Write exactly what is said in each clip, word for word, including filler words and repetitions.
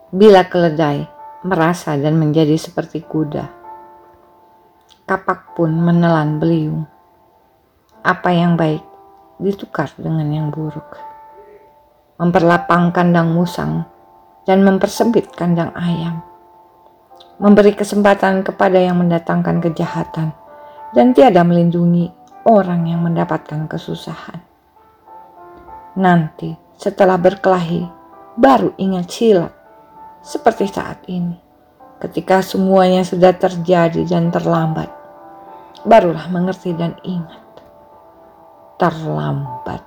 Bila keledai merasa dan menjadi seperti kuda, kapak pun menelan beliung. Apa yang baik ditukar dengan yang buruk. Memperlapang kandang musang dan mempersempit kandang ayam. Memberi kesempatan kepada yang mendatangkan kejahatan dan tiada melindungi orang yang mendapatkan kesusahan. Nanti setelah berkelahi baru ingat silat, seperti saat ini. Ketika semuanya sudah terjadi dan terlambat, barulah mengerti dan ingat. Terlambat.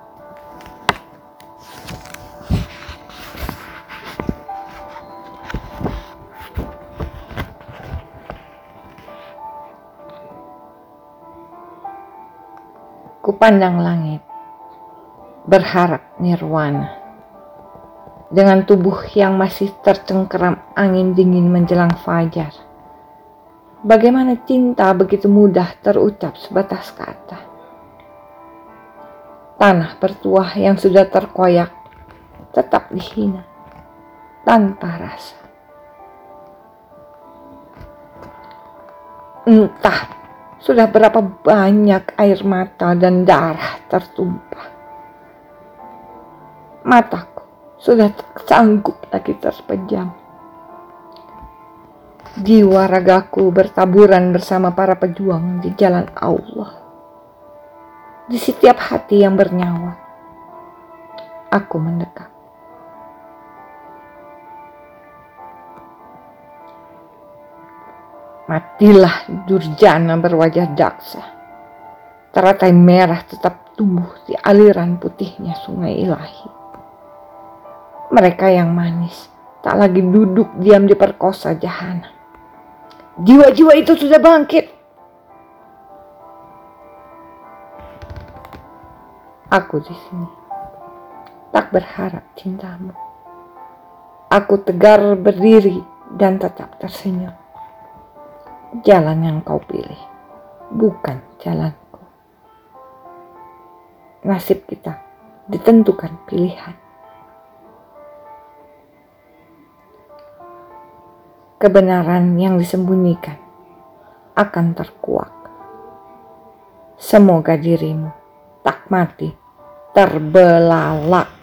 Kupandang langit, berharap nirwana. Dengan tubuh yang masih tercengkeram angin dingin menjelang fajar. Bagaimana cinta begitu mudah terucap sebatas kata. Tanah bertuah yang sudah terkoyak tetap dihina tanpa rasa. Entah sudah berapa banyak air mata dan darah tertumpah. Mataku sudah tak sanggup lagi terpejam. Jiwa ragaku bertaburan bersama para pejuang di jalan Allah. Di setiap hati yang bernyawa, aku mendekat. Matilah durjana berwajah daksa. Teratai merah tetap tumbuh di aliran putihnya sungai ilahi. Mereka yang manis tak lagi duduk diam di perkosa jahanam. Jiwa-jiwa itu sudah bangkit. Aku di sini tak berharap cintamu. Aku tegar berdiri dan tetap tersenyum. Jalan yang kau pilih bukan jalanku. Nasib kita ditentukan pilihan. Kebenaran yang disembunyikan akan terkuak. Semoga dirimu tak mati terbelalak.